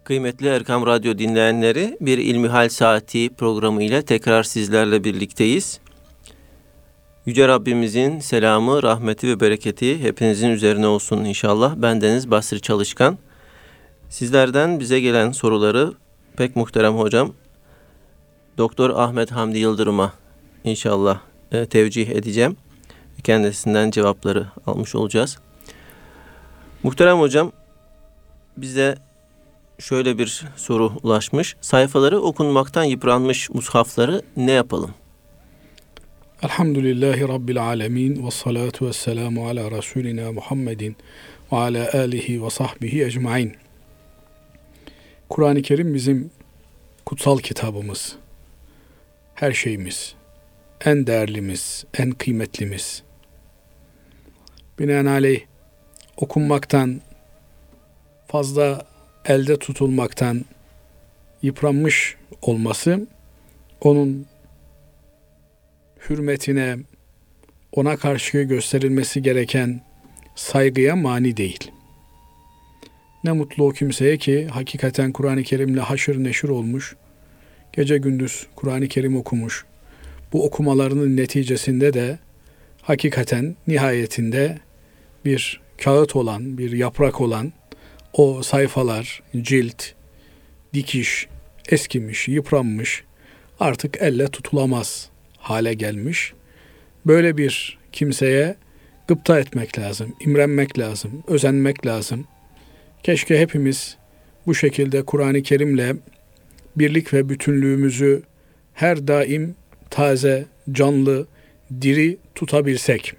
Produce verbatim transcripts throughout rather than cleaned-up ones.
Kıymetli Erkam Radyo dinleyenleri, bir İlmihal Saati programı ile tekrar sizlerle birlikteyiz. Yüce Rabbimizin selamı, rahmeti ve bereketi hepinizin üzerine olsun inşallah. Bendeniz Basri Çalışkan. Sizlerden bize gelen soruları pek muhterem hocam Doktor Ahmet Hamdi Yıldırım'a inşallah e, tevcih edeceğim. Kendisinden cevapları almış olacağız. Muhterem hocam, bize şöyle bir soru ulaşmış. Sayfaları okunmaktan yıpranmış mushafları ne yapalım? Elhamdülillahi Rabbil alemin ve salatu ve selamu ala Resulina Muhammedin ve ala alihi ve sahbihi ecmain. Kur'an-ı Kerim bizim kutsal kitabımız, her şeyimiz, en değerlimiz, en kıymetlimiz. Binaenaleyh okunmaktan, fazla elde tutulmaktan yıpranmış olması, onun hürmetine, ona karşı gösterilmesi gereken saygıya mani değil. Ne mutlu o kimseye ki hakikaten Kur'an-ı Kerim'le haşır neşir olmuş, gece gündüz Kur'an-ı Kerim okumuş. Bu okumalarının neticesinde de hakikaten nihayetinde bir kağıt olan, bir yaprak olan o sayfalar, cilt, dikiş, eskimiş, yıpranmış, artık elle tutulamaz hale gelmiş. Böyle bir kimseye gıpta etmek lazım, imrenmek lazım, özenmek lazım. Keşke hepimiz bu şekilde Kur'an-ı Kerim'le birlik ve bütünlüğümüzü her daim taze, canlı, diri tutabilsek.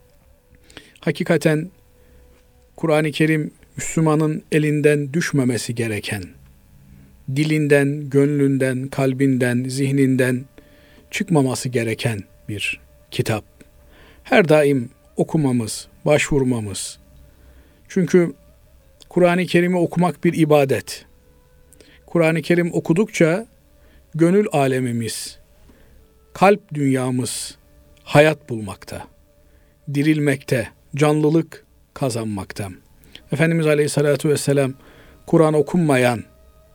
Hakikaten Kur'an-ı Kerim Müslümanın elinden düşmemesi gereken, dilinden, gönlünden, kalbinden, zihninden çıkmaması gereken bir kitap. Her daim okumamız, başvurmamız. Çünkü Kur'an-ı Kerim'i okumak bir ibadet. Kur'an-ı Kerim okudukça gönül alemimiz, kalp dünyamız hayat bulmakta, dirilmekte, canlılık kazanmakta. Efendimiz Aleyhisselatü Vesselam Kur'an okunmayan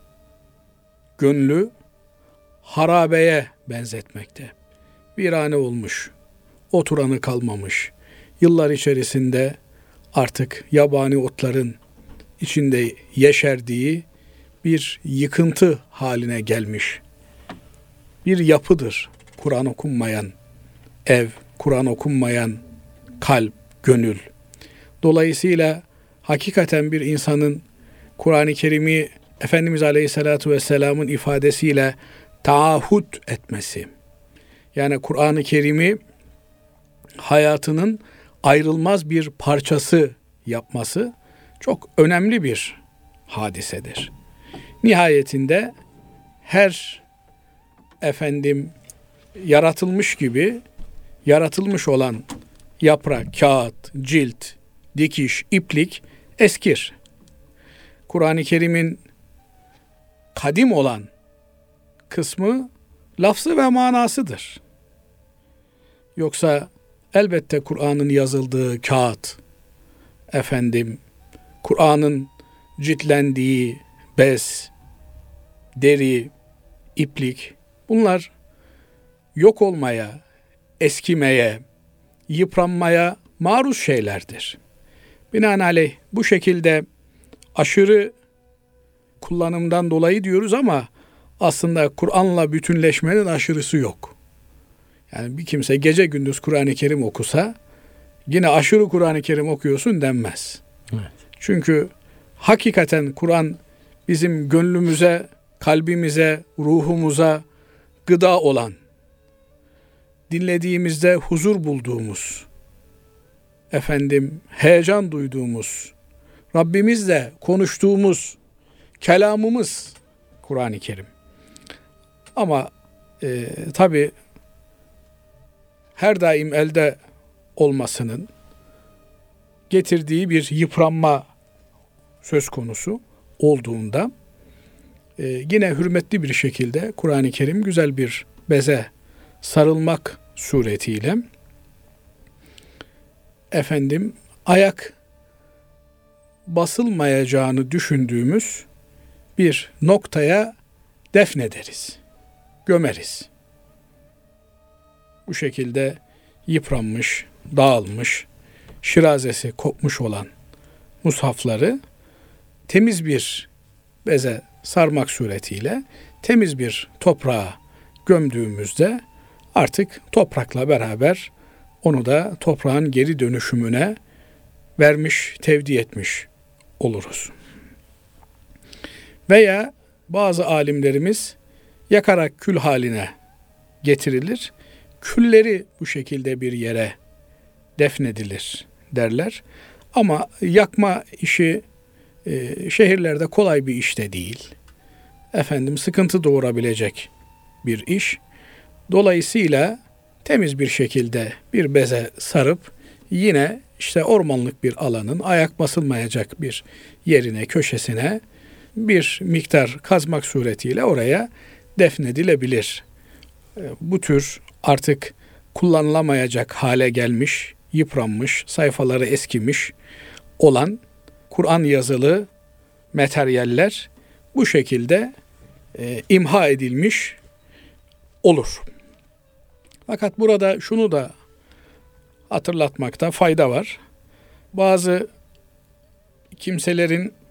gönlü harabeye benzetmekte. Virane olmuş, oturanı kalmamış. Yıllar içerisinde artık yabani otların içinde yeşerdiği bir yıkıntı haline gelmiş bir yapıdır Kur'an okunmayan ev, Kur'an okunmayan kalp, gönül. Dolayısıyla hakikaten bir insanın Kur'an-ı Kerim'i Efendimiz Aleyhisselatü Vesselam'ın ifadesiyle taahhüt etmesi, yani Kur'an-ı Kerim'i hayatının ayrılmaz bir parçası yapması çok önemli bir hadisedir. Nihayetinde her efendim yaratılmış gibi yaratılmış olan yaprak, kağıt, cilt, dikiş, iplik eskir. Kur'an-ı Kerim'in kadim olan kısmı lafzı ve manasıdır. Yoksa elbette Kur'an'ın yazıldığı kağıt, efendim, Kur'an'ın ciltlendiği bez, deri, iplik, bunlar yok olmaya, eskimeye, yıpranmaya maruz şeylerdir. Binaenaleyh bu şekilde aşırı kullanımdan dolayı diyoruz ama aslında Kur'an'la bütünleşmenin aşırısı yok. Yani bir kimse gece gündüz Kur'an-ı Kerim okusa yine aşırı Kur'an-ı Kerim okuyorsun denmez. Evet. Çünkü hakikaten Kur'an bizim gönlümüze, kalbimize, ruhumuza gıda olan, dinlediğimizde huzur bulduğumuz, efendim heyecan duyduğumuz, Rabbimizle konuştuğumuz kelamımız Kur'an-ı Kerim. Ama e, tabi her daim elde olmasının getirdiği bir yıpranma söz konusu olduğunda e, yine hürmetli bir şekilde Kur'an-ı Kerim güzel bir beze sarılmak suretiyle efendim ayak basılmayacağını düşündüğümüz bir noktaya defnederiz, gömeriz. Bu şekilde yıpranmış, dağılmış, şirazesi kopmuş olan mushafları temiz bir beze sarmak suretiyle temiz bir toprağa gömdüğümüzde artık toprakla beraber onu da toprağın geri dönüşümüne vermiş, tevdi etmiş oluruz. Veya bazı alimlerimiz yakarak kül haline getirilir. Külleri bu şekilde bir yere defnedilir derler. Ama yakma işi e, şehirlerde kolay bir iş de değil. Efendim sıkıntı doğurabilecek bir iş. Dolayısıyla temiz bir şekilde bir beze sarıp yine işte ormanlık bir alanın ayak basılmayacak bir yerine, köşesine bir miktar kazmak suretiyle oraya defnedilebilir. Bu tür artık kullanılamayacak hale gelmiş, yıpranmış, sayfaları eskimiş olan Kur'an yazılı materyaller bu şekilde e, imha edilmiş olur. Fakat burada şunu da hatırlatmakta fayda var. Bazı kimselerin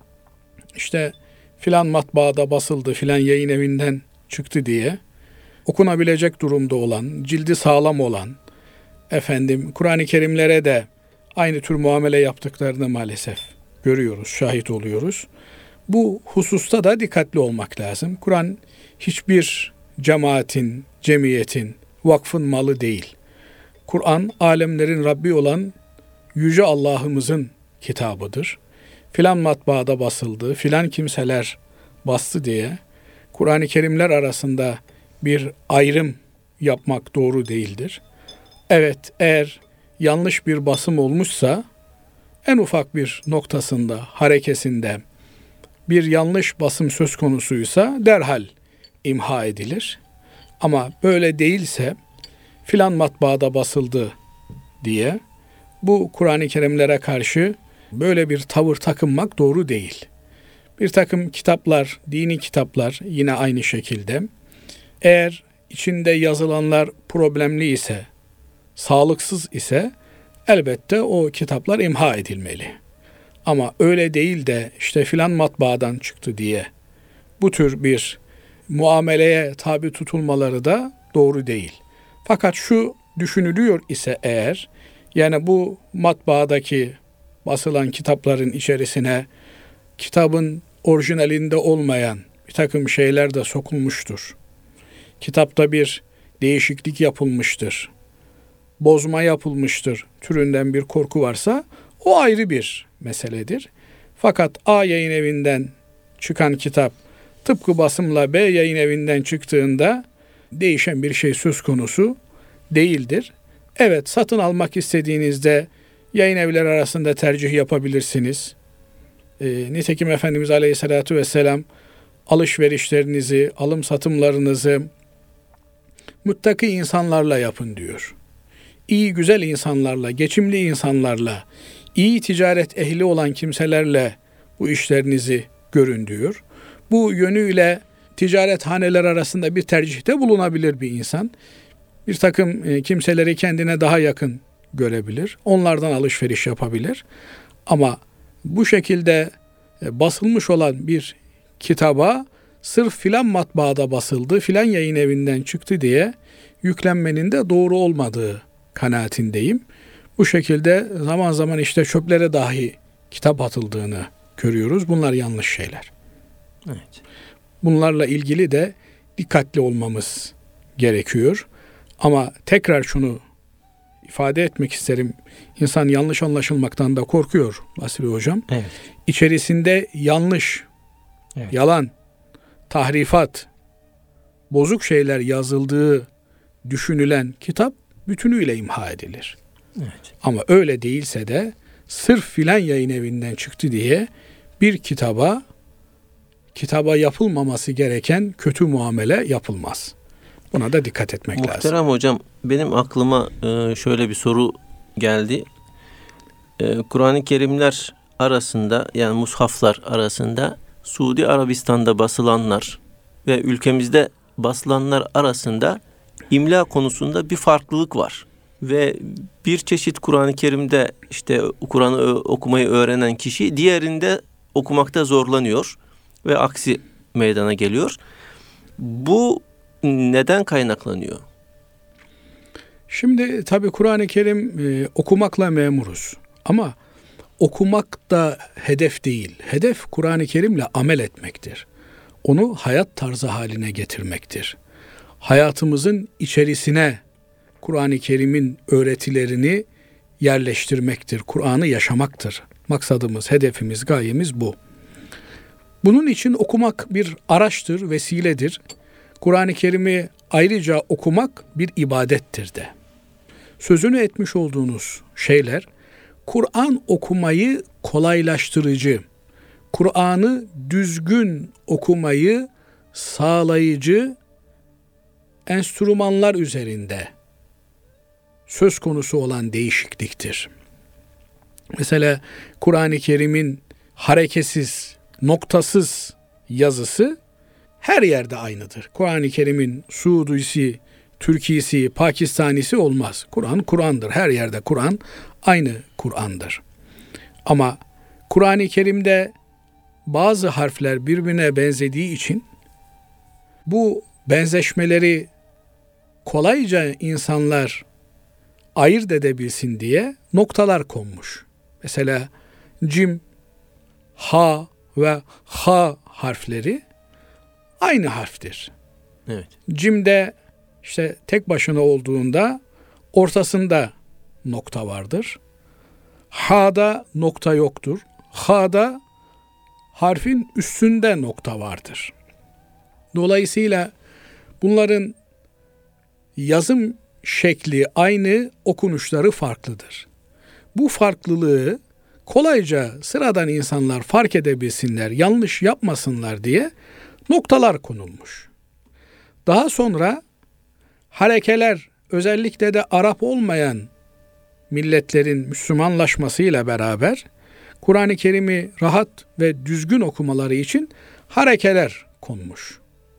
işte filan matbaada basıldı, filan yayın evinden çıktı diye okunabilecek durumda olan, cildi sağlam olan, efendim Kur'an-ı Kerimlere de aynı tür muamele yaptıklarını maalesef görüyoruz, şahit oluyoruz. Bu hususta da dikkatli olmak lazım. Kur'an hiçbir cemaatin, cemiyetin, vakfın malı değil. Kur'an alemlerin Rabbi olan Yüce Allah'ımızın kitabıdır. Filan matbaada basıldı, filan kimseler bastı diye Kur'an-ı Kerimler arasında bir ayrım yapmak doğru değildir. Evet, eğer yanlış bir basım olmuşsa en ufak bir noktasında, harekesinde bir yanlış basım söz konusuysa derhal imha edilir. Ama böyle değilse filan matbaada basıldı diye bu Kur'an-ı Kerimlere karşı böyle bir tavır takınmak doğru değil. Bir takım kitaplar, dini kitaplar yine aynı şekilde eğer içinde yazılanlar problemli ise, sağlıksız ise elbette o kitaplar imha edilmeli. Ama öyle değil de işte filan matbaadan çıktı diye bu tür bir muameleye tabi tutulmaları da doğru değil. Fakat şu düşünülüyor ise eğer, yani bu matbaadaki basılan kitapların içerisine kitabın orijinalinde olmayan bir takım şeyler de sokulmuştur. Kitapta bir değişiklik yapılmıştır. Bozma yapılmıştır türünden bir korku varsa o ayrı bir meseledir. Fakat A yayın evinden çıkan kitap tıpkı basımla B yayın evinden çıktığında değişen bir şey söz konusu değildir. Evet, satın almak istediğinizde yayın evleri arasında tercih yapabilirsiniz. E, nitekim Efendimiz Aleyhisselatü Vesselam alışverişlerinizi, alım satımlarınızı muttaki insanlarla yapın diyor. İyi, güzel insanlarla, geçimli insanlarla, iyi ticaret ehli olan kimselerle bu işlerinizi görün diyor. Bu yönüyle ticarethaneler arasında bir tercihte bulunabilir bir insan. Bir takım kimseleri kendine daha yakın görebilir. Onlardan alışveriş yapabilir. Ama bu şekilde basılmış olan bir kitaba sırf filan matbaada basıldı, filan yayın evinden çıktı diye yüklenmenin de doğru olmadığı kanaatindeyim. Bu şekilde zaman zaman işte çöplere dahi kitap atıldığını görüyoruz. Bunlar yanlış şeyler. Evet. Bunlarla ilgili de dikkatli olmamız gerekiyor. Ama tekrar şunu ifade etmek isterim. İnsan yanlış anlaşılmaktan da korkuyor Basri Hocam. Evet. İçerisinde yanlış, evet, yalan, tahrifat, bozuk şeyler yazıldığı düşünülen kitap bütünüyle imha edilir. Evet. Ama öyle değilse de sırf filan yayın evinden çıktı diye bir kitaba kitaba yapılmaması gereken kötü muamele yapılmaz. Buna da dikkat etmek Muhterem lazım. Muhterem hocam, benim aklıma şöyle bir soru geldi. Kur'an-ı Kerimler arasında, yani mushaflar arasında Suudi Arabistan'da basılanlar ve ülkemizde basılanlar arasında imla konusunda bir farklılık var. Ve bir çeşit Kur'an-ı Kerim'de işte Kur'an'ı okumayı öğrenen kişi diğerinde okumakta zorlanıyor ve aksi meydana geliyor. Bu neden kaynaklanıyor? Şimdi tabii Kur'an-ı Kerim e, okumakla memuruz. Ama okumak da hedef değil. Hedef Kur'an-ı Kerim'le amel etmektir. Onu hayat tarzı haline getirmektir. Hayatımızın içerisine Kur'an-ı Kerim'in öğretilerini yerleştirmektir. Kur'an'ı yaşamaktır. Maksadımız, hedefimiz, gayemiz bu. Bunun için okumak bir araçtır, vesiledir. Kur'an-ı Kerim'i ayrıca okumak bir ibadettir de. Sözünü etmiş olduğunuz şeyler, Kur'an okumayı kolaylaştırıcı, Kur'an'ı düzgün okumayı sağlayıcı enstrümanlar üzerinde söz konusu olan değişikliktir. Mesela Kur'an-ı Kerim'in hareketsiz, noktasız yazısı her yerde aynıdır. Kur'an-ı Kerim'in Suudisi, Türkisi, Pakistanisi olmaz. Kur'an, Kur'an'dır. Her yerde Kur'an aynı Kur'an'dır. Ama Kur'an-ı Kerim'de bazı harfler birbirine benzediği için bu benzeşmeleri kolayca insanlar ayırt edebilsin diye noktalar konmuş. Mesela cim, ha ve ha harfleri aynı harftir. Evet. Cim'de işte tek başına olduğunda ortasında nokta vardır. Ha'da nokta yoktur. Ha'da harfin üstünde nokta vardır. Dolayısıyla bunların yazım şekli aynı, okunuşları farklıdır. Bu farklılığı kolayca sıradan insanlar fark edebilsinler, yanlış yapmasınlar diye noktalar konulmuş. Daha sonra harekeler, özellikle de Arap olmayan milletlerin Müslümanlaşmasıyla beraber Kur'an-ı Kerim'i rahat ve düzgün okumaları için harekeler konmuş.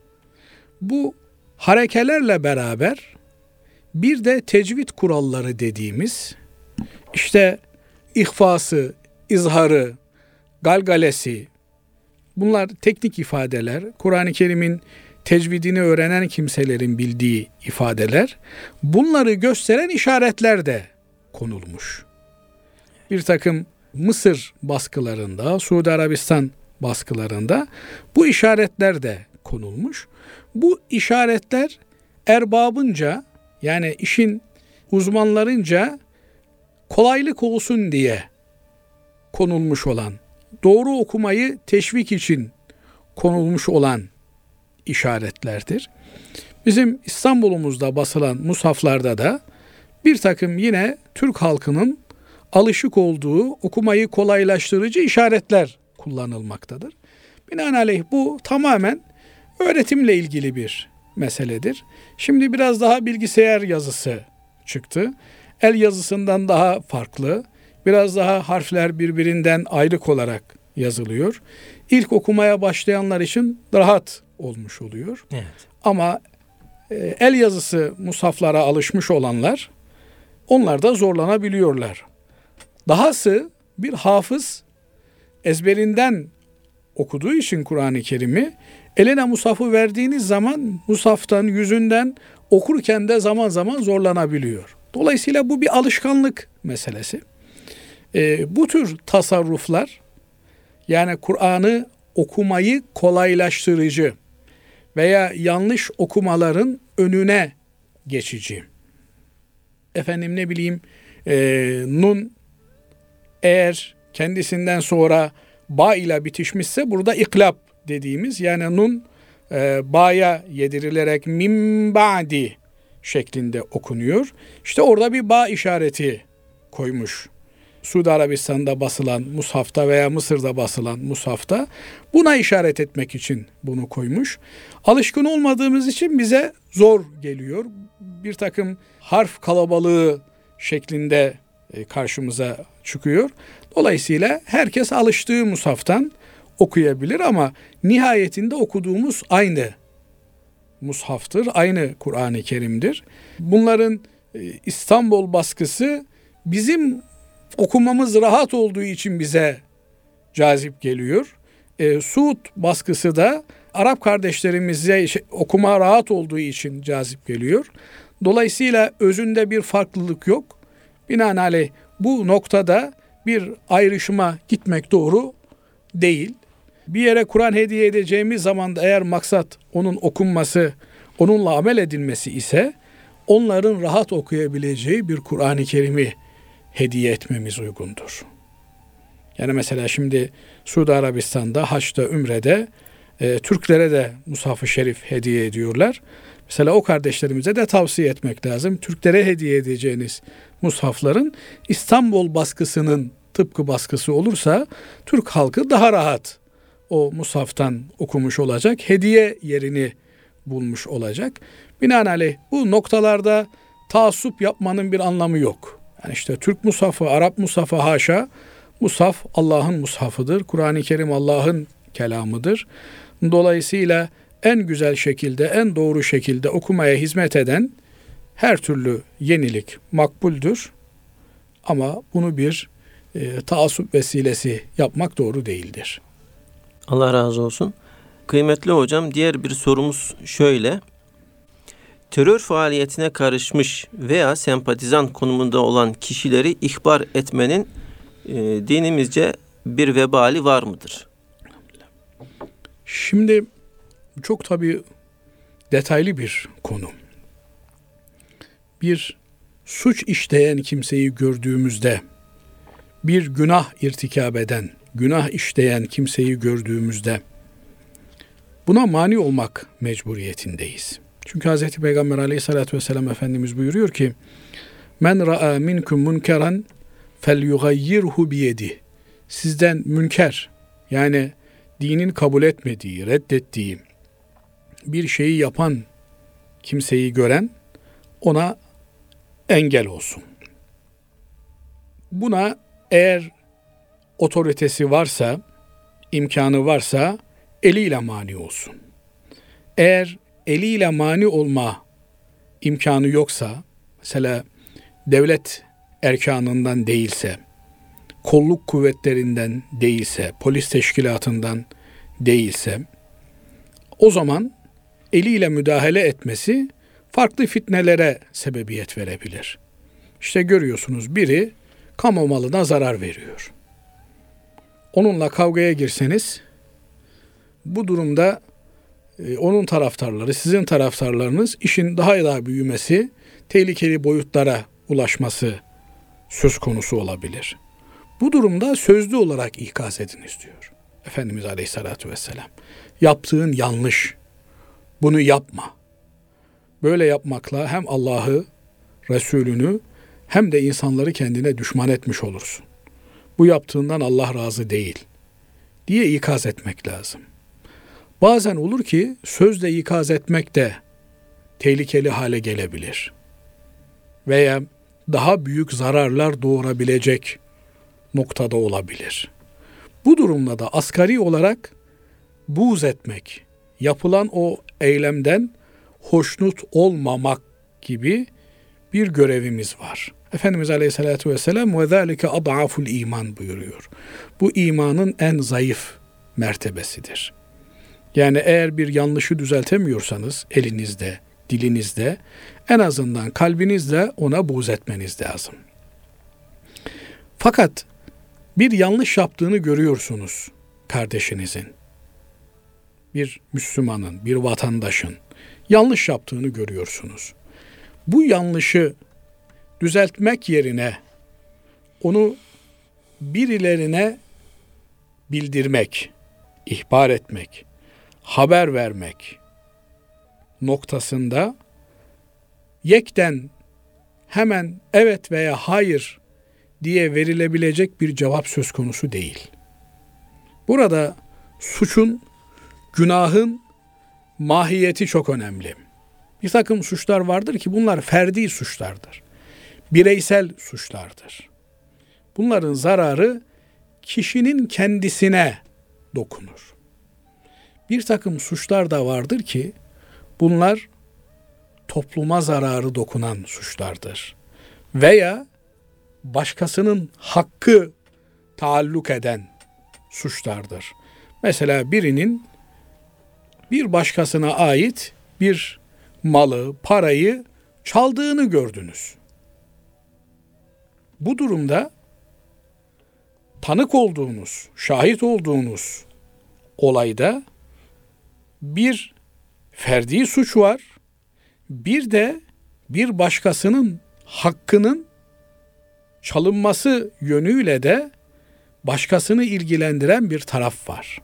Bu harekelerle beraber bir de tecvid kuralları dediğimiz, işte ihfası, izharı, galgalesi, bunlar teknik ifadeler. Kur'an-ı Kerim'in tecvidini öğrenen kimselerin bildiği ifadeler. Bunları gösteren işaretler de konulmuş. Bir takım Mısır baskılarında, Suudi Arabistan baskılarında bu işaretler de konulmuş. Bu işaretler erbabınca, yani işin uzmanlarınca kolaylık olsun diye konulmuş olan, doğru okumayı teşvik için konulmuş olan işaretlerdir. Bizim İstanbul'umuzda basılan mushaflarda da bir takım yine Türk halkının alışık olduğu okumayı kolaylaştırıcı işaretler kullanılmaktadır. Binaenaleyh bu tamamen öğretimle ilgili bir meseledir. Şimdi biraz daha bilgisayar yazısı çıktı. El yazısından daha farklı, biraz daha harfler birbirinden ayrık olarak yazılıyor. İlk okumaya başlayanlar için rahat olmuş oluyor. Evet. Ama e, el yazısı mushaflara alışmış olanlar, onlar da zorlanabiliyorlar. Dahası bir hafız ezberinden okuduğu için Kur'an-ı Kerim'i, eline mushafı verdiğiniz zaman mushaftan, yüzünden okurken de zaman zaman zorlanabiliyor. Dolayısıyla bu bir alışkanlık meselesi. E, bu tür tasarruflar, yani Kur'an'ı okumayı kolaylaştırıcı veya yanlış okumaların önüne geçici. Efendim ne bileyim e, nun eğer kendisinden sonra ba ile bitişmişse burada iklap dediğimiz, yani nun e, ba'ya yedirilerek min ba'di şeklinde okunuyor. İşte orada bir ba işareti koymuş. Suudi Arabistan'da basılan mushafta veya Mısır'da basılan mushafta buna işaret etmek için bunu koymuş. Alışkın olmadığımız için bize zor geliyor. Bir takım harf kalabalığı şeklinde karşımıza çıkıyor. Dolayısıyla herkes alıştığı mushaftan okuyabilir ama nihayetinde okuduğumuz aynı mushaftır, aynı Kur'an-ı Kerim'dir. Bunların İstanbul baskısı bizim okumamız rahat olduğu için bize cazip geliyor. E, Suud baskısı da Arap kardeşlerimize şey, okuma rahat olduğu için cazip geliyor. Dolayısıyla özünde bir farklılık yok. Binaenaleyh bu noktada bir ayrışıma gitmek doğru değil. Bir yere Kur'an hediye edeceğimiz zaman da eğer maksat onun okunması, onunla amel edilmesi ise onların rahat okuyabileceği bir Kur'an-ı Kerim'i hediye etmemiz uygundur. Yani mesela şimdi Suudi Arabistan'da, Haç'ta, Ümre'de e, Türklere de Mushaf-ı Şerif hediye ediyorlar. Mesela o kardeşlerimize de tavsiye etmek lazım. Türklere hediye edeceğiniz mushafların İstanbul baskısının tıpkı baskısı olursa Türk halkı daha rahat o mushaftan okumuş olacak. Hediye yerini bulmuş olacak. Binaenaleyh bu noktalarda taassup yapmanın bir anlamı yok. Yani işte Türk mushafı, Arap mushafı haşa. Mushaf Allah'ın mushafıdır. Kur'an-ı Kerim Allah'ın kelamıdır. Dolayısıyla en güzel şekilde, en doğru şekilde okumaya hizmet eden her türlü yenilik makbuldür. Ama bunu bir e, taassup vesilesi yapmak doğru değildir. Allah razı olsun. Kıymetli hocam, diğer bir sorumuz şöyle. Terör faaliyetine karışmış veya sempatizan konumunda olan kişileri ihbar etmenin e, dinimizce bir vebali var mıdır? Şimdi çok tabii detaylı bir konu. Bir suç işleyen kimseyi gördüğümüzde, bir günah irtikab eden, günah işleyen kimseyi gördüğümüzde buna mani olmak mecburiyetindeyiz. Çünkü Hz. Peygamber Aleyhisselatü Vesselam Efendimiz buyuruyor ki men ra'a minkum munkeran felyughayyirhu biyedi. Sizden münker, yani dinin kabul etmediği, reddettiği bir şeyi yapan kimseyi gören ona engel olsun. Buna eğer otoritesi varsa, imkanı varsa eliyle mani olsun. Eğer eliyle mani olma imkanı yoksa, mesela devlet erkanından değilse, kolluk kuvvetlerinden değilse, polis teşkilatından değilse, o zaman eliyle müdahale etmesi farklı fitnelere sebebiyet verebilir. İşte görüyorsunuz, biri kamu malına zarar veriyor. Onunla kavgaya girseniz, bu durumda e, onun taraftarları, sizin taraftarlarınız işin daha da büyümesi, tehlikeli boyutlara ulaşması söz konusu olabilir. Bu durumda sözlü olarak ikaz ediniz diyor Efendimiz Aleyhisselatü Vesselam. Yaptığın yanlış, bunu yapma. Böyle yapmakla hem Allah'ı, Resulünü hem de insanları kendine düşman etmiş olursun. Bu yaptığından Allah razı değil diye ikaz etmek lazım. Bazen olur ki sözle ikaz etmek de tehlikeli hale gelebilir. Veya daha büyük zararlar doğurabilecek noktada olabilir. Bu durumda da asgari olarak buğz etmek, yapılan o eylemden hoşnut olmamak gibi bir görevimiz var. Efendimiz Aleyhisselatü Vesselam وَذَٰلِكَ أَضْعَفُ الْا۪يمَانِ buyuruyor. Bu imanın en zayıf mertebesidir. Yani eğer bir yanlışı düzeltemiyorsanız elinizde, dilinizde, en azından kalbinizle ona buğz etmeniz lazım. Fakat bir yanlış yaptığını görüyorsunuz kardeşinizin, bir Müslümanın, bir vatandaşın yanlış yaptığını görüyorsunuz. Bu yanlışı düzeltmek yerine onu birilerine bildirmek, ihbar etmek, haber vermek noktasında yekten hemen evet veya hayır diye verilebilecek bir cevap söz konusu değil. Burada suçun, günahın mahiyeti çok önemli. Bir takım suçlar vardır ki bunlar ferdi suçlardır. Bireysel suçlardır. Bunların zararı kişinin kendisine dokunur. Bir takım suçlar da vardır ki bunlar topluma zararı dokunan suçlardır. Veya başkasının hakkı taalluk eden suçlardır. Mesela birinin bir başkasına ait bir malı, parayı çaldığını gördünüz. Bu durumda tanık olduğunuz, şahit olduğunuz olayda bir ferdi suç var, bir de bir başkasının hakkının çalınması yönüyle de başkasını ilgilendiren bir taraf var.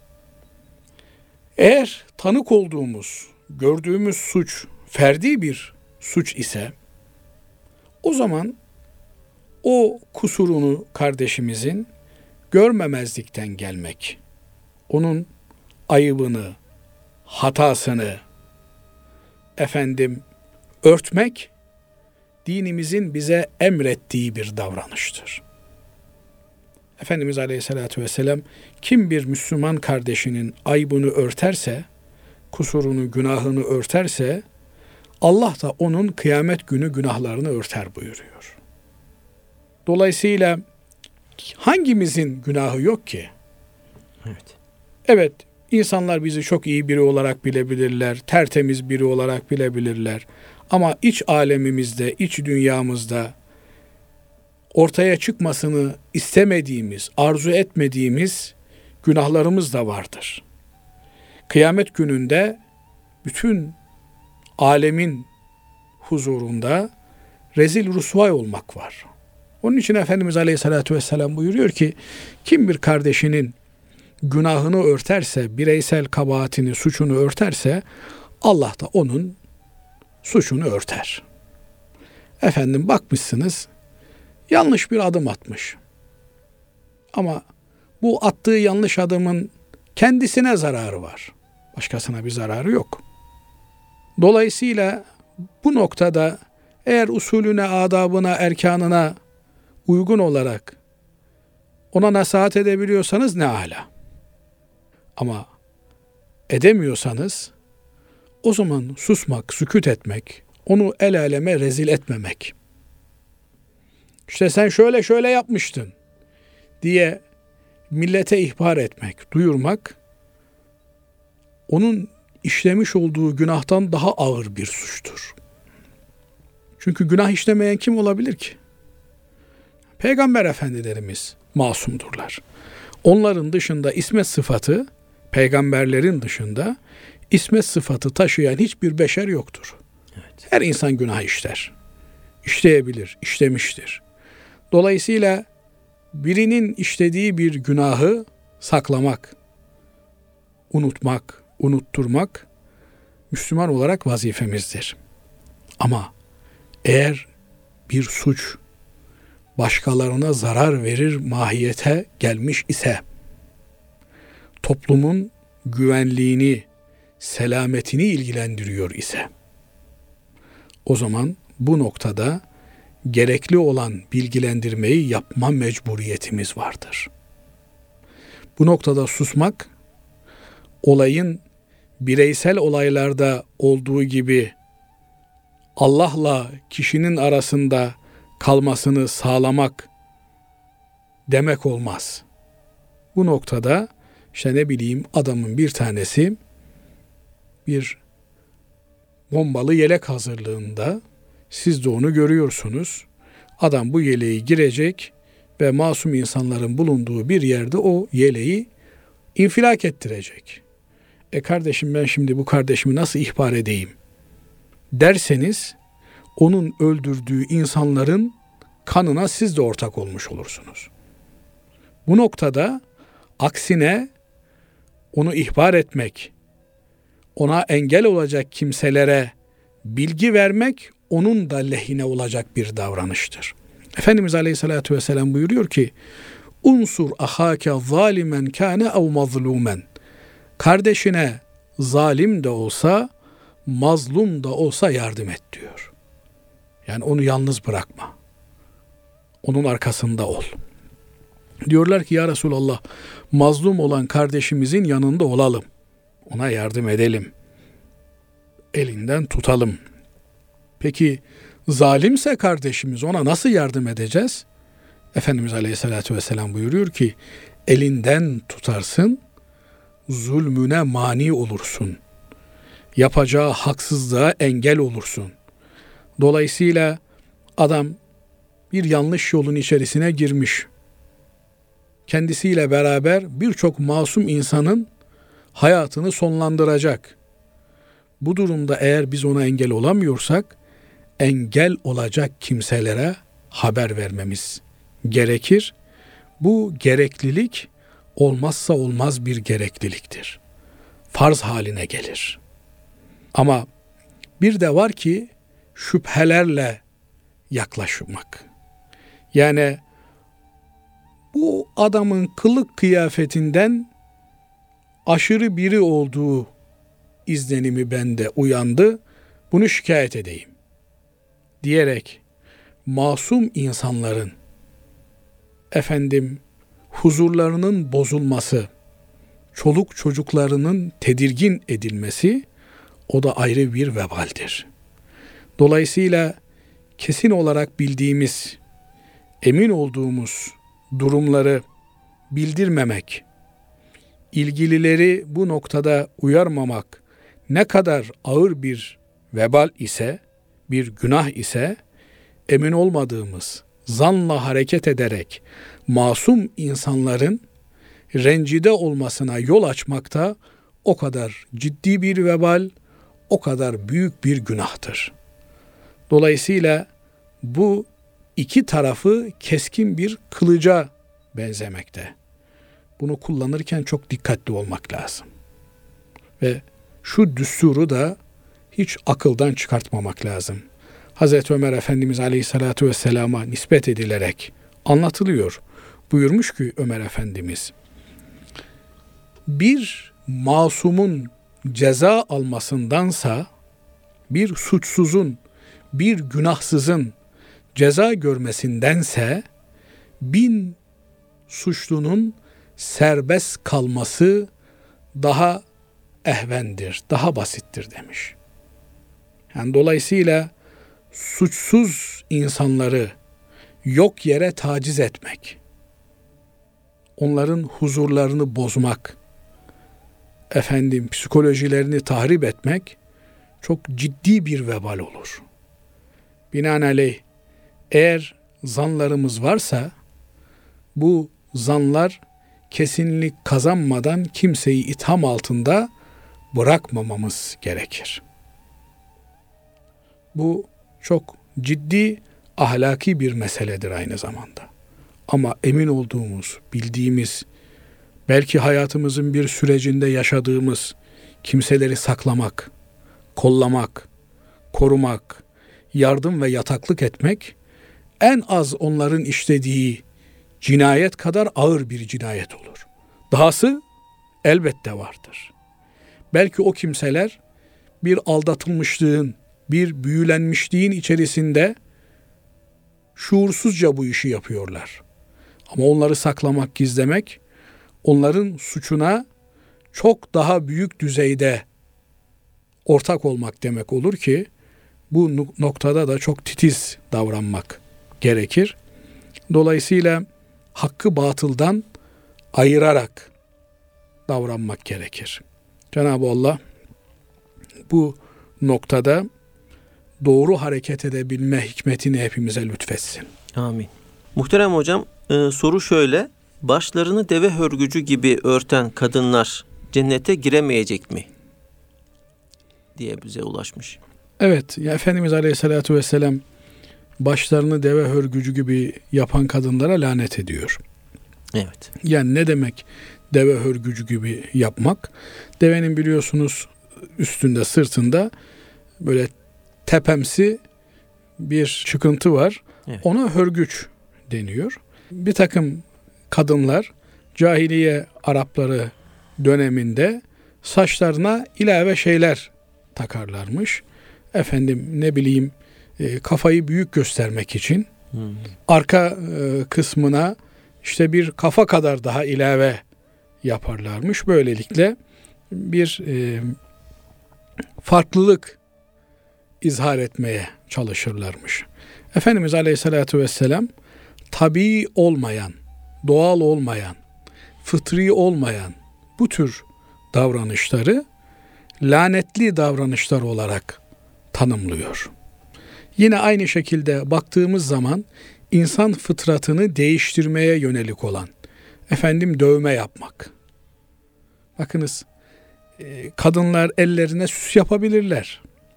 Eğer tanık olduğumuz, gördüğümüz suç ferdi bir suç ise o zaman o kusurunu kardeşimizin görmemezlikten gelmek, onun ayıbını, hatasını efendim örtmek dinimizin bize emrettiği bir davranıştır. Efendimiz Aleyhisselatü Vesselam kim bir Müslüman kardeşinin aybını örterse, kusurunu, günahını örterse Allah da onun kıyamet günü günahlarını örter buyuruyor. Dolayısıyla hangimizin günahı yok ki? Evet. Evet, insanlar bizi çok iyi biri olarak bilebilirler, tertemiz biri olarak bilebilirler. Ama iç alemimizde, iç dünyamızda ortaya çıkmasını istemediğimiz, arzu etmediğimiz günahlarımız da vardır. Kıyamet gününde bütün alemin huzurunda rezil rusvay olmak var. Onun için Efendimiz Aleyhisselatü Vesselam buyuruyor ki, kim bir kardeşinin günahını örterse, bireysel kabahatini, suçunu örterse, Allah da onun suçunu örter. Efendim bakmışsınız, yanlış bir adım atmış. Ama bu attığı yanlış adımın kendisine zararı var. Başkasına bir zararı yok. Dolayısıyla bu noktada eğer usulüne, adabına, erkanına uygun olarak ona nasihat edebiliyorsanız ne âlâ. Ama edemiyorsanız o zaman susmak, sükût etmek, onu el aleme rezil etmemek. İşte sen şöyle şöyle yapmıştın diye millete ihbar etmek, duyurmak onun işlemiş olduğu günahtan daha ağır bir suçtur. Çünkü günah işlemeyen kim olabilir ki? Peygamber efendilerimiz masumdurlar. Onların dışında ismet sıfatı, peygamberlerin dışında ismet sıfatı taşıyan hiçbir beşer yoktur. Evet. Her insan günah işler. İşleyebilir, işlemiştir. Dolayısıyla birinin işlediği bir günahı saklamak, unutmak, unutturmak Müslüman olarak vazifemizdir. Ama eğer bir suç başkalarına zarar verir mahiyete gelmiş ise, toplumun güvenliğini, selametini ilgilendiriyor ise, o zaman bu noktada gerekli olan bilgilendirmeyi yapma mecburiyetimiz vardır. Bu noktada susmak, olayın bireysel olaylarda olduğu gibi Allah'la kişinin arasında kalmasını sağlamak demek olmaz. Bu noktada işte ne bileyim adamın bir tanesi bir bombalı yelek hazırlığında, siz de onu görüyorsunuz. Adam bu yeleği girecek ve masum insanların bulunduğu bir yerde o yeleği infilak ettirecek. E kardeşim ben şimdi bu kardeşimi nasıl ihbar edeyim derseniz, onun öldürdüğü insanların kanına siz de ortak olmuş olursunuz. Bu noktada aksine onu ihbar etmek, ona engel olacak kimselere bilgi vermek onun da lehine olacak bir davranıştır. Efendimiz Aleyhisselatü Vesselam buyuruyor ki, unsur ahake zalimen kâne ev mazlumen. Kardeşine zalim de olsa, mazlum da olsa yardım et diyor. Yani onu yalnız bırakma. Onun arkasında ol. Diyorlar ki ya Resulallah, mazlum olan kardeşimizin yanında olalım. Ona yardım edelim. Elinden tutalım. Peki zalimse kardeşimiz, ona nasıl yardım edeceğiz? Efendimiz Aleyhisselatü Vesselam buyuruyor ki elinden tutarsın, zulmüne mani olursun. Yapacağı haksızlığa engel olursun. Dolayısıyla adam bir yanlış yolun içerisine girmiş. Kendisiyle beraber birçok masum insanın hayatını sonlandıracak. Bu durumda eğer biz ona engel olamıyorsak, engel olacak kimselere haber vermemiz gerekir. Bu gereklilik olmazsa olmaz bir gerekliliktir. Farz haline gelir. Ama bir de var ki şüphelerle yaklaşmak. Yani bu adamın kılık kıyafetinden aşırı biri olduğu izlenimi bende uyandı. Bunu şikayet edeyim diyerek masum insanların efendim huzurlarının bozulması, çoluk çocuklarının tedirgin edilmesi, o da ayrı bir vebaldir. Dolayısıyla kesin olarak bildiğimiz, emin olduğumuz durumları bildirmemek, ilgilileri bu noktada uyarmamak ne kadar ağır bir vebal ise, bir günah ise, emin olmadığımız, zanla hareket ederek masum insanların rencide olmasına yol açmakta o kadar ciddi bir vebal, o kadar büyük bir günahtır. Dolayısıyla bu iki tarafı keskin bir kılıca benzemekte. Bunu kullanırken çok dikkatli olmak lazım. Ve şu düsturu da hiç akıldan çıkartmamak lazım. Hazreti Ömer Efendimiz Aleyhisselatü Vesselam'a nispet edilerek anlatılıyor. Buyurmuş ki Ömer Efendimiz, bir masumun ceza almasındansa bir suçsuzun, bir günahsızın ceza görmesindense bin suçlunun serbest kalması daha ehvendir, daha basittir demiş. Yani dolayısıyla suçsuz insanları yok yere taciz etmek, onların huzurlarını bozmak, efendim psikolojilerini tahrip etmek çok ciddi bir vebal olur. Binaenaleyh eğer zanlarımız varsa bu zanlar kesinlik kazanmadan kimseyi itham altında bırakmamamız gerekir. Bu çok ciddi ahlaki bir meseledir aynı zamanda. Ama emin olduğumuz, bildiğimiz, belki hayatımızın bir sürecinde yaşadığımız kimseleri saklamak, kollamak, korumak, yardım ve yataklık etmek en az onların işlediği cinayet kadar ağır bir cinayet olur. Dahası elbette vardır. Belki o kimseler bir aldatılmışlığın, bir büyülenmişliğin içerisinde şuursuzca bu işi yapıyorlar. Ama onları saklamak, gizlemek, onların suçuna çok daha büyük düzeyde ortak olmak demek olur ki, bu noktada da çok titiz davranmak gerekir. Dolayısıyla hakkı batıldan ayırarak davranmak gerekir. Cenab-ı Allah bu noktada doğru hareket edebilme hikmetini hepimize lütfetsin. Amin. Muhterem hocam, e, soru şöyle: başlarını deve hörgücü gibi örten kadınlar cennete giremeyecek mi diye bize ulaşmış. Evet, ya Efendimiz Aleyhisselatü Vesselam başlarını deve hörgücü gibi yapan kadınlara lanet ediyor. Evet. Yani ne demek deve hörgücü gibi yapmak? Devenin biliyorsunuz üstünde, sırtında böyle tepemsi bir çıkıntı var. Evet. Ona hörgüç deniyor. Bir takım kadınlar cahiliye Arapları döneminde saçlarına ilave şeyler takarlarmış. Efendim ne bileyim e, kafayı büyük göstermek için hmm. arka e, kısmına işte bir kafa kadar daha ilave yaparlarmış. Böylelikle bir e, farklılık izhar etmeye çalışırlarmış. Efendimiz Aleyhisselatü Vesselam tabii olmayan, doğal olmayan, fıtri olmayan bu tür davranışları lanetli davranışlar olarak tanımlıyor. Yine aynı şekilde baktığımız zaman insan fıtratını değiştirmeye yönelik olan, efendim dövme yapmak. Bakınız, kadınlar ellerine süs yapabilirler.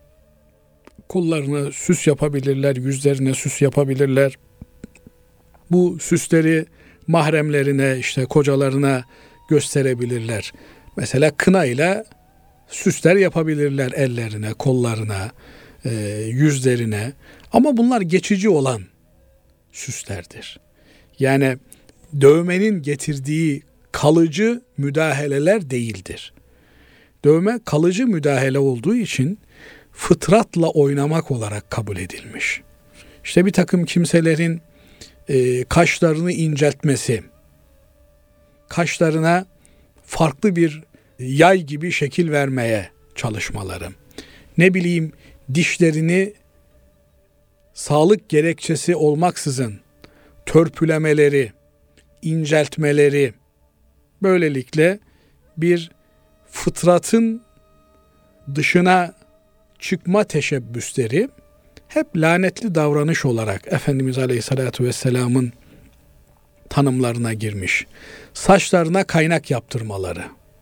Kollarına süs yapabilirler, yüzlerine süs yapabilirler. Bu süsleri mahremlerine, işte kocalarına gösterebilirler. Mesela kına ile süsler yapabilirler ellerine, kollarına, e, yüzlerine. Ama bunlar geçici olan süslerdir. Yani dövmenin getirdiği kalıcı müdahaleler değildir. Dövme kalıcı müdahale olduğu için fıtratla oynamak olarak kabul edilmiş. İşte bir takım kimselerin e, kaşlarını inceltmesi, kaşlarına farklı bir yay gibi şekil vermeye çalışmaları, ne bileyim dişlerini sağlık gerekçesi olmaksızın törpülemeleri, inceltmeleri, böylelikle bir fıtratın dışına çıkma teşebbüsleri hep lanetli davranış olarak Efendimiz Aleyhisselatü Vesselam'ın tanımlarına girmiş. Saçlarına kaynak yaptırmaları.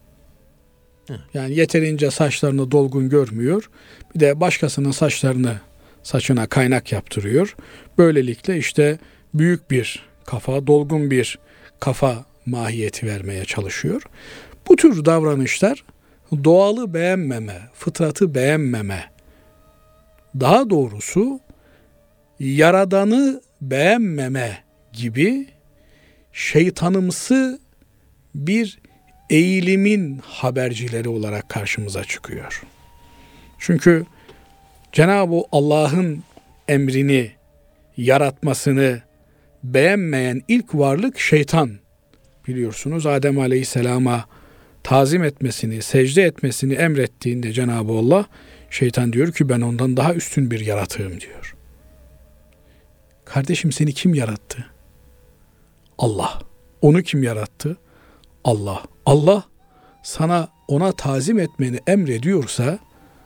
Yani yeterince saçlarını dolgun görmüyor. Bir de başkasının saçlarını saçına kaynak yaptırıyor. Böylelikle işte büyük bir kafa, dolgun bir kafa mahiyeti vermeye çalışıyor. Bu tür davranışlar doğalı beğenmeme, fıtratı beğenmeme, daha doğrusu yaradanı beğenmeme gibi şeytanımsı bir eğilimin habercileri olarak karşımıza çıkıyor. Çünkü Cenab-ı Allah'ın emrini, yaratmasını beğenmeyen ilk varlık şeytan. Biliyorsunuz Adem Aleyhisselam'a tazim etmesini, secde etmesini emrettiğinde Cenab-ı Allah, şeytan diyor ki ben ondan daha üstün bir yaratığım diyor. Kardeşim seni kim yarattı? Allah. Onu kim yarattı? Allah. Allah sana ona tazim etmeni emrediyorsa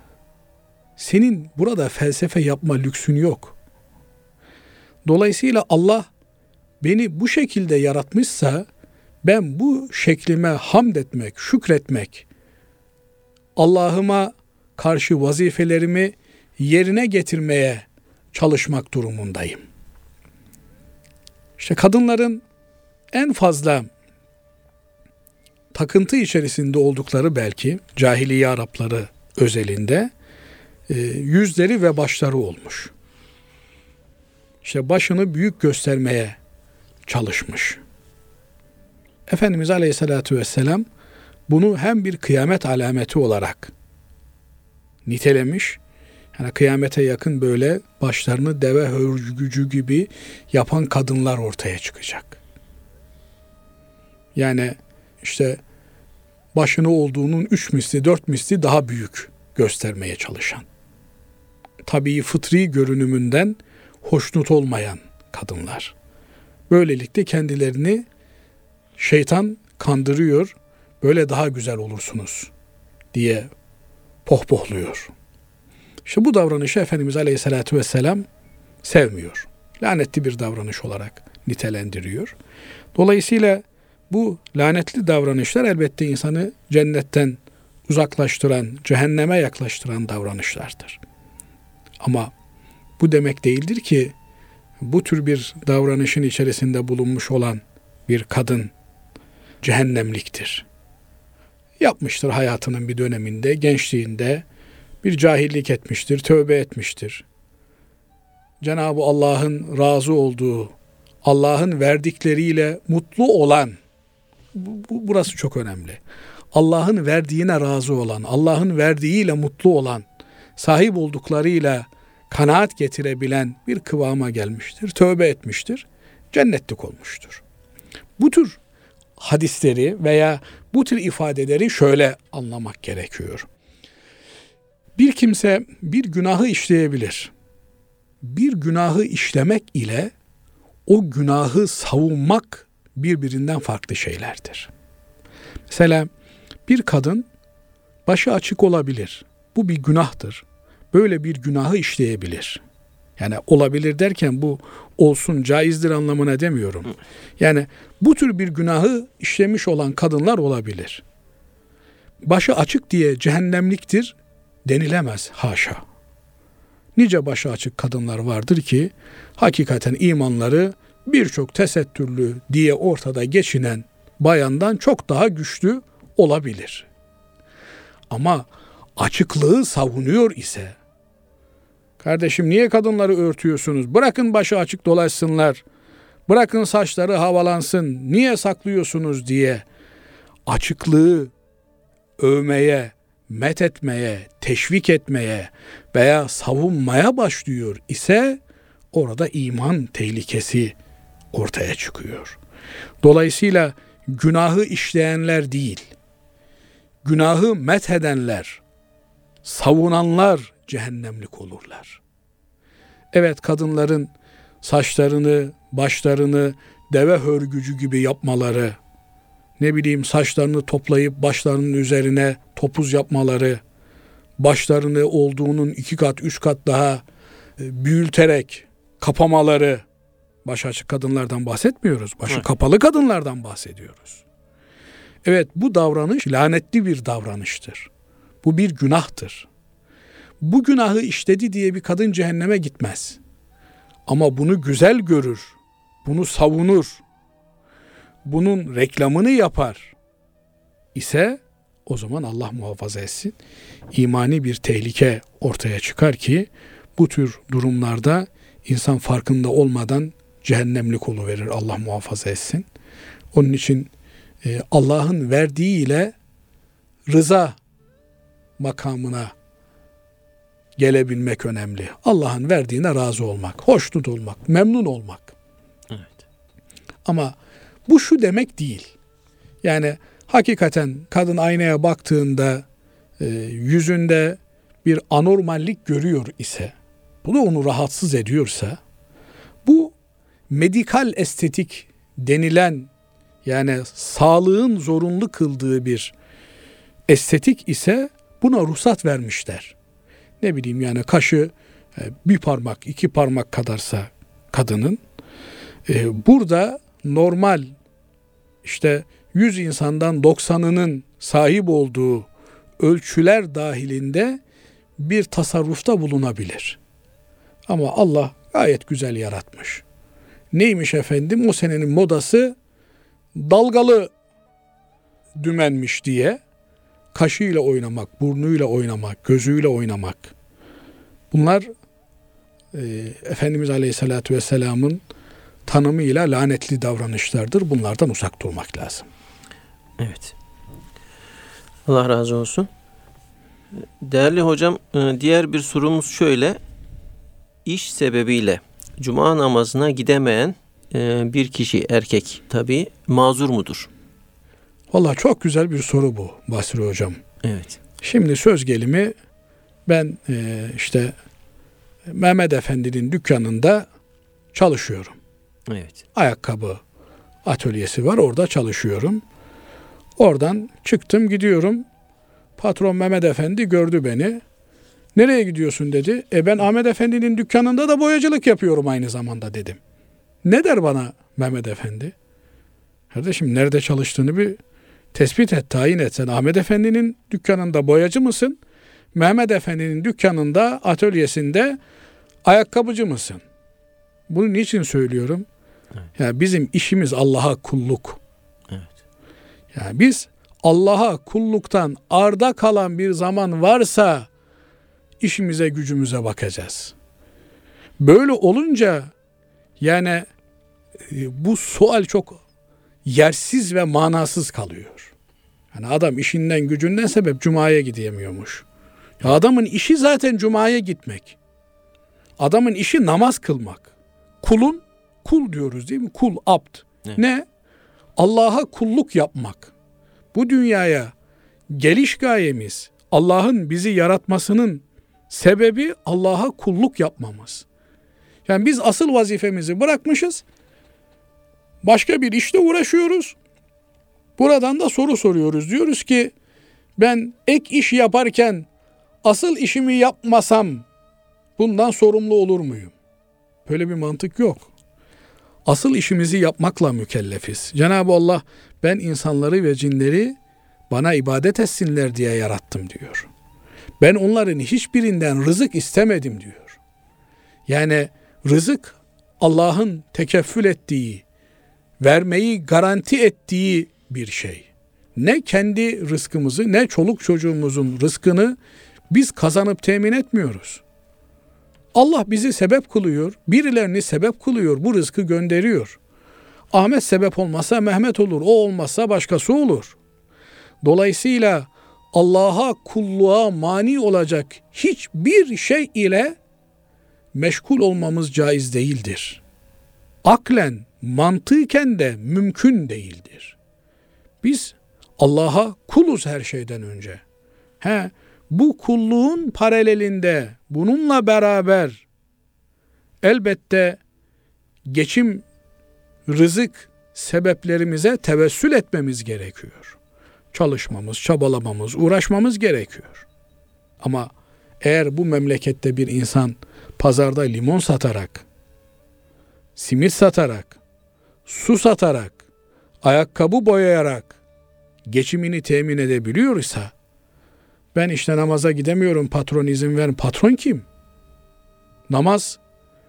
senin burada felsefe yapma lüksün yok. Dolayısıyla Allah beni bu şekilde yaratmışsa ben bu şeklime hamd etmek, şükretmek, Allah'ıma karşı vazifelerimi yerine getirmeye çalışmak durumundayım. İşte kadınların en fazla takıntı içerisinde oldukları belki cahiliye Arapları özelinde e, yüzleri ve başları olmuş. İşte başını büyük göstermeye çalışmış. Efendimiz Aleyhisselatü Vesselam bunu hem bir kıyamet alameti olarak nitelemiş, yani kıyamete yakın böyle başlarını deve hörgücü gibi yapan kadınlar ortaya çıkacak. Yani işte başını olduğunun üç misli, dört misli daha büyük göstermeye çalışan, tabii fıtri görünümünden hoşnut olmayan kadınlar. Böylelikle kendilerini şeytan kandırıyor, böyle daha güzel olursunuz diye pohpohluyor. İşte bu davranışı Efendimiz Aleyhisselatü Vesselam sevmiyor. Lanetli bir davranış olarak nitelendiriyor. Dolayısıyla bu lanetli davranışlar elbette insanı cennetten uzaklaştıran, cehenneme yaklaştıran davranışlardır. Ama bu demek değildir ki bu tür bir davranışın içerisinde bulunmuş olan bir kadın cehennemliktir. Yapmıştır hayatının bir döneminde, gençliğinde bir cahillik etmiştir, tövbe etmiştir. Cenab-ı Allah'ın razı olduğu, Allah'ın verdikleriyle mutlu olan, bu, bu, burası çok önemli. Allah'ın verdiğine razı olan, Allah'ın verdiğiyle mutlu olan, sahip olduklarıyla kanaat getirebilen bir kıvama gelmiştir, tövbe etmiştir, cennetlik olmuştur. Bu tür hadisleri veya bu tür ifadeleri şöyle anlamak gerekiyor. Bir kimse bir günahı işleyebilir. Bir günahı işlemek ile o günahı savunmak birbirinden farklı şeylerdir. Mesela bir kadın başı açık olabilir. Bu bir günahtır. Böyle bir günahı işleyebilir. Yani olabilir derken bu olsun, caizdir anlamına demiyorum. Yani bu tür bir günahı işlemiş olan kadınlar olabilir. Başı açık diye cehennemliktir denilemez, haşa. Nice başı açık kadınlar vardır ki hakikaten imanları birçok tesettürlü diye ortada geçinen bayandan çok daha güçlü olabilir. Ama açıklığı savunuyor ise, kardeşim niye kadınları örtüyorsunuz? Bırakın başı açık dolaşsınlar. Bırakın saçları havalansın. Niye saklıyorsunuz diye açıklığı övmeye, methetmeye, teşvik etmeye veya savunmaya başlıyor ise orada iman tehlikesi ortaya çıkıyor. Dolayısıyla günahı işleyenler değil, günahı methedenler, savunanlar cehennemlik olurlar. Evet, kadınların saçlarını, başlarını deve hörgücü gibi yapmaları, ne bileyim saçlarını toplayıp başlarının üzerine topuz yapmaları, başlarını olduğunun iki kat, üç kat daha büyüterek kapamaları, baş açık kadınlardan bahsetmiyoruz. Başı evet. kapalı kadınlardan bahsediyoruz. Evet, bu davranış lanetli bir davranıştır. Bu bir günahtır. Bu günahı işledi diye bir kadın cehenneme gitmez. Ama bunu güzel görür, bunu savunur, bunun reklamını yapar ise o zaman Allah muhafaza etsin, imani bir tehlike ortaya çıkar ki bu tür durumlarda insan farkında olmadan cehennemlik oluverir, Allah muhafaza etsin. Onun için e, Allah'ın verdiğiyle rıza makamına gelebilmek önemli. Allah'ın verdiğine razı olmak, hoşnut olmak, memnun olmak. Evet. Ama bu şu demek değil. Yani hakikaten kadın aynaya baktığında e, yüzünde bir anormallik görüyor ise, bu da onu rahatsız ediyorsa, bu medikal estetik denilen, yani sağlığın zorunlu kıldığı bir estetik ise buna ruhsat vermişler. Ne bileyim yani kaşı bir parmak, iki parmak kadarsa kadının, e, burada normal işte yüz insandan doksanının sahip olduğu ölçüler dahilinde bir tasarrufta bulunabilir. Ama Allah gayet güzel yaratmış. Neymiş efendim? O senenin modası dalgalı dümenmiş diye kaşıyla oynamak, burnuyla oynamak, gözüyle oynamak. Bunlar e, Efendimiz Aleyhisselatü Vesselam'ın tanımıyla lanetli davranışlardır. Bunlardan uzak durmak lazım. Evet. Allah razı olsun. Değerli hocam, diğer bir sorumuz şöyle. İş sebebiyle cuma namazına gidemeyen bir kişi, erkek tabii, mazur mudur? Vallahi çok güzel bir soru bu Basri Hocam. Evet. Şimdi söz gelimi ben e, işte Mehmet Efendi'nin dükkanında çalışıyorum. Evet. Ayakkabı atölyesi var, orada çalışıyorum. Oradan çıktım gidiyorum. Patron Mehmet Efendi gördü beni. Nereye gidiyorsun dedi. E ben Ahmet Efendi'nin dükkanında da boyacılık yapıyorum aynı zamanda dedim. Ne der bana Mehmet Efendi? Kardeşim nerede çalıştığını bir tespit et, tayin et. Sen Ahmet Efendi'nin dükkanında boyacı mısın? Mehmet Efendi'nin dükkanında, atölyesinde ayakkabıcı mısın? Bunu niçin söylüyorum? Evet. Yani bizim işimiz Allah'a kulluk. Evet. Yani biz Allah'a kulluktan arda kalan bir zaman varsa işimize gücümüze bakacağız. Böyle olunca yani e, bu sual çok yersiz ve manasız kalıyor. Yani adam işinden gücünden sebep cumaya gidemiyormuş. Ya adamın işi zaten cumaya gitmek. Adamın işi namaz kılmak. Kulun, kul diyoruz değil mi? Kul, abd. Evet. Ne? Allah'a kulluk yapmak, bu dünyaya geliş gayemiz, Allah'ın bizi yaratmasının sebebi Allah'a kulluk yapmamız. Yani biz asıl vazifemizi bırakmışız, başka bir işle uğraşıyoruz. Buradan da soru soruyoruz. Diyoruz ki ben ek iş yaparken asıl işimi yapmasam bundan sorumlu olur muyum? Böyle bir mantık yok. Asıl işimizi yapmakla mükellefiz. Cenab-ı Allah ben insanları ve cinleri bana ibadet etsinler diye yarattım diyor. Ben onların hiçbirinden rızık istemedim diyor. Yani rızık Allah'ın tekeffül ettiği, vermeyi garanti ettiği bir şey. Ne kendi rızkımızı ne çoluk çocuğumuzun rızkını biz kazanıp temin etmiyoruz. Allah bizi sebep kılıyor, birilerini sebep kılıyor, bu rızkı gönderiyor. Ahmet sebep olmasa Mehmet olur, o olmazsa başkası olur. Dolayısıyla Allah'a kulluğa mani olacak hiçbir şey ile meşgul olmamız caiz değildir. Aklen, mantıken de mümkün değildir. Biz Allah'a kuluz her şeyden önce. He, bu kulluğun paralelinde, bununla beraber elbette geçim, rızık sebeplerimize tevessül etmemiz gerekiyor. Çalışmamız, çabalamamız, uğraşmamız gerekiyor. Ama eğer bu memlekette bir insan pazarda limon satarak, simit satarak, su satarak, ayakkabı boyayarak geçimini temin edebiliyorsa, ben işte namaza gidemiyorum, patron izin verin. Patron kim? Namaz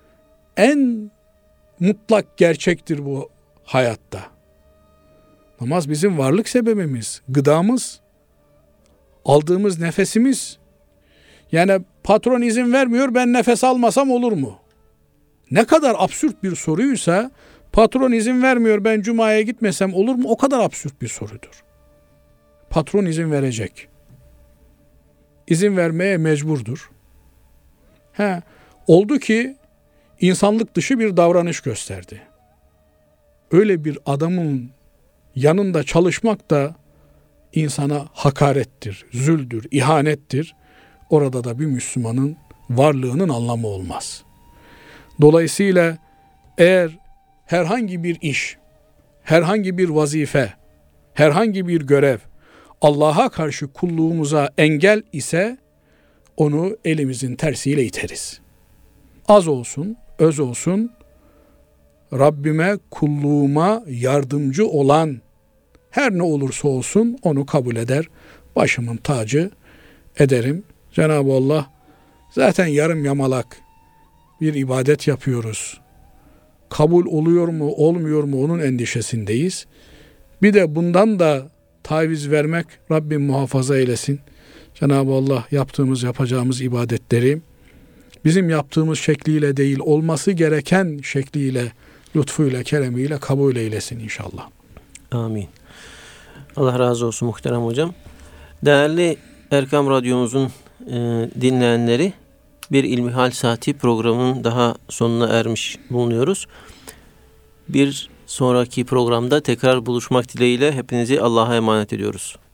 en mutlak gerçektir bu hayatta. Namaz bizim varlık sebebimiz, gıdamız, aldığımız nefesimiz. Yani patron izin vermiyor, ben nefes almasam olur mu? Ne kadar absürt bir soruysa, patron izin vermiyor, ben cumaya gitmesem olur mu? O kadar absürt bir sorudur. Patron izin verecek. İzin vermeye mecburdur. He, oldu ki insanlık dışı bir davranış gösterdi. Öyle bir adamın yanında çalışmak da insana hakarettir, züldür, ihanettir. Orada da bir Müslümanın varlığının anlamı olmaz. Dolayısıyla eğer herhangi bir iş, herhangi bir vazife, herhangi bir görev Allah'a karşı kulluğumuza engel ise onu elimizin tersiyle iteriz. Az olsun, öz olsun, Rabbime, kulluğuma yardımcı olan her ne olursa olsun onu kabul eder, başımın tacı ederim. Cenab-ı Allah zaten yarım yamalak bir ibadet yapıyoruz. Kabul oluyor mu, olmuyor mu onun endişesindeyiz. Bir de bundan da taviz vermek Rabbim muhafaza eylesin. Cenab-ı Allah yaptığımız, yapacağımız ibadetleri bizim yaptığımız şekliyle değil, olması gereken şekliyle, lütfuyla, keremiyle kabul eylesin inşallah. Amin. Allah razı olsun muhterem hocam. Değerli Erkam Radyomuzun e, dinleyenleri, bir İlmihal Saati programının daha sonuna ermiş bulunuyoruz. Bir sonraki programda tekrar buluşmak dileğiyle hepinizi Allah'a emanet ediyoruz.